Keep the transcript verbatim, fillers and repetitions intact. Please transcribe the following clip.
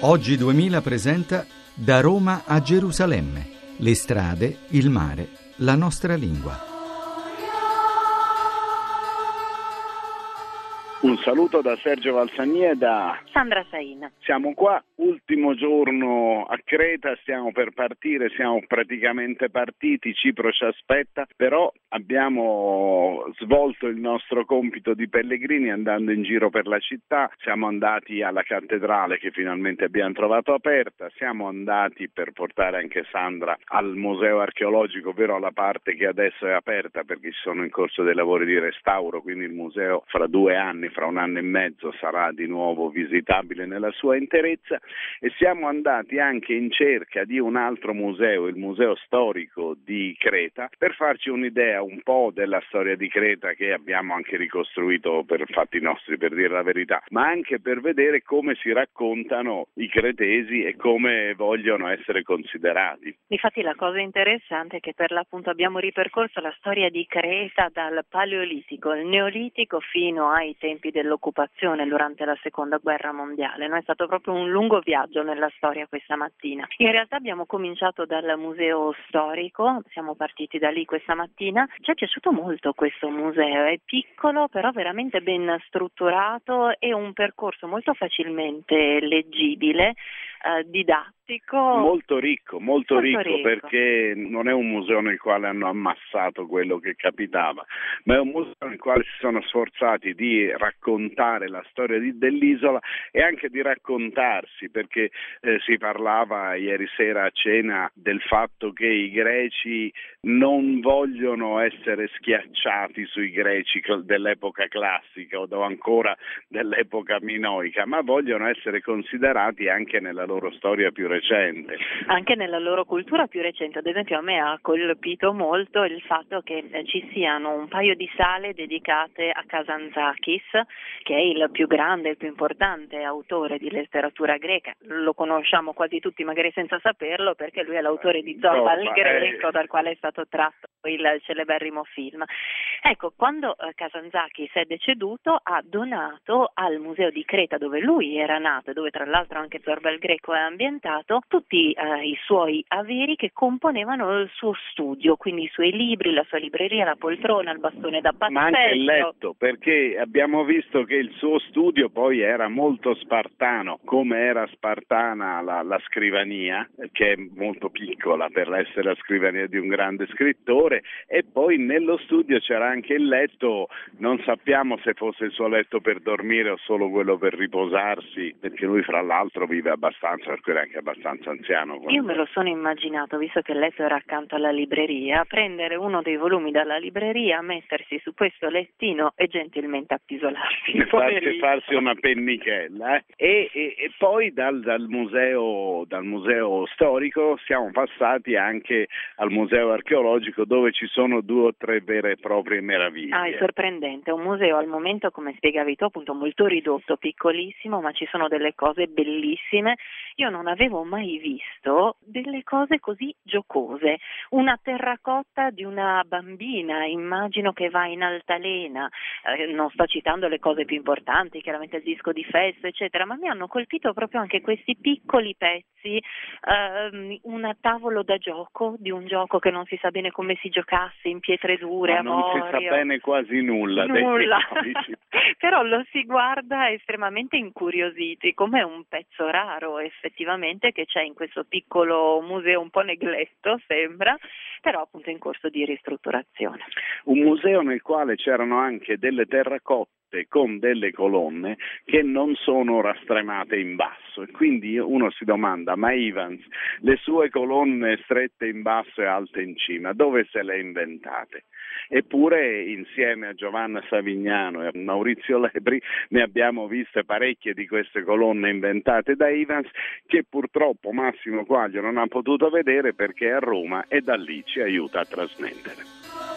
Oggi duemila presenta Da Roma a Gerusalemme. Le strade, il mare, la nostra lingua. Un saluto da Sergio Valsania e da Sandra Saina. Siamo qua, ultimo giorno a Creta, stiamo per partire, siamo praticamente partiti, Cipro ci aspetta, però abbiamo svolto il nostro compito di pellegrini andando in giro per la città, siamo andati alla cattedrale che finalmente abbiamo trovato aperta, siamo andati per portare anche Sandra al museo archeologico, ovvero alla parte che adesso è aperta perché ci sono in corso dei lavori di restauro, quindi il museo fra due anni, fra un anno e mezzo sarà di nuovo visitabile nella sua interezza, e siamo andati anche in cerca di un altro museo, il Museo Storico di Creta, per farci un'idea un po' della storia di Creta che abbiamo anche ricostruito per fatti nostri, per dire la verità, ma anche per vedere come si raccontano i cretesi e come vogliono essere considerati. Infatti la cosa interessante è che per l'appunto abbiamo ripercorso la storia di Creta dal Paleolitico al Neolitico fino ai tempi dell'occupazione durante la seconda guerra mondiale. No? È stato proprio un lungo viaggio nella storia questa mattina. In realtà abbiamo cominciato dal museo storico, siamo partiti da lì questa mattina. Ci è piaciuto molto questo museo, è piccolo però veramente ben strutturato e un percorso molto facilmente leggibile, eh, didattico. Molto ricco, molto, molto ricco, ricco perché non è un museo nel quale hanno ammassato quello che capitava, ma è un museo nel quale si sono sforzati di raccontare la storia di, dell'isola e anche di raccontarsi, perché eh, si parlava ieri sera a cena del fatto che i greci non vogliono essere schiacciati sui greci dell'epoca classica o ancora dell'epoca minoica, ma vogliono essere considerati anche nella loro storia più recente. Anche nella loro cultura più recente. Ad esempio a me ha colpito molto il fatto che eh, ci siano un paio di sale dedicate a Kazantzakis, che è il più grande, il più importante autore di letteratura greca. Lo conosciamo quasi tutti magari senza saperlo perché lui è l'autore di Zorba il greco, dal quale è stato tratto il celeberrimo film. Ecco, quando eh, Kazantzakis è deceduto ha donato al museo di Creta, dove lui era nato e dove tra l'altro anche Zorba il greco è ambientato, tutti eh, i suoi averi che componevano il suo studio, quindi i suoi libri, la sua libreria, la poltrona, il bastone da battesimo. Ma anche il letto, perché abbiamo visto che il suo studio poi era molto spartano, come era spartana la, la scrivania, che è molto piccola per essere la scrivania di un grande scrittore, e poi nello studio c'era anche il letto, non sappiamo se fosse il suo letto per dormire o solo quello per riposarsi, perché lui fra l'altro vive abbastanza, per cui era anche abbastanza anziano. Io me lo sono immaginato, visto che il letto era accanto alla libreria, prendere uno dei volumi dalla libreria, mettersi su questo lettino e gentilmente appisolarsi. Farsi, farsi una pennichella. Eh? E, e, e poi dal, dal, museo, dal museo storico siamo passati anche al museo archeologico, dove ci sono due o tre vere e proprie meraviglie. Ah, è sorprendente, è un museo al momento, come spiegavi tu, appunto molto ridotto, piccolissimo, ma ci sono delle cose bellissime. Io non avevo mai visto delle cose così giocose. Una terracotta di una bambina, immagino che va in altalena, eh, non sto citando le cose più importanti, chiaramente il disco di festo, eccetera, ma mi hanno colpito proprio anche questi piccoli pezzi, ehm, un tavolo da gioco, di un gioco che non si sa bene come si giocasse, in pietre dure, ma non avorio. si sa bene quasi nulla. Nulla. Però lo si guarda estremamente incuriositi, come un pezzo raro effettivamente che c'è in questo piccolo museo un po' negletto, sembra, però appunto in corso di ristrutturazione. Un museo nel quale c'erano anche delle terracotte con delle colonne che non sono rastremate in basso, e quindi uno si domanda: ma Evans, le sue colonne strette in basso e alte in cima, dove se le ha inventate? Eppure insieme a Giovanna Savignano e a Maurizio Lepri ne abbiamo viste parecchie di queste colonne inventate da Evans, che purtroppo Massimo Quaglio non ha potuto vedere perché è a Roma e da lì ci aiuta a trasmettere.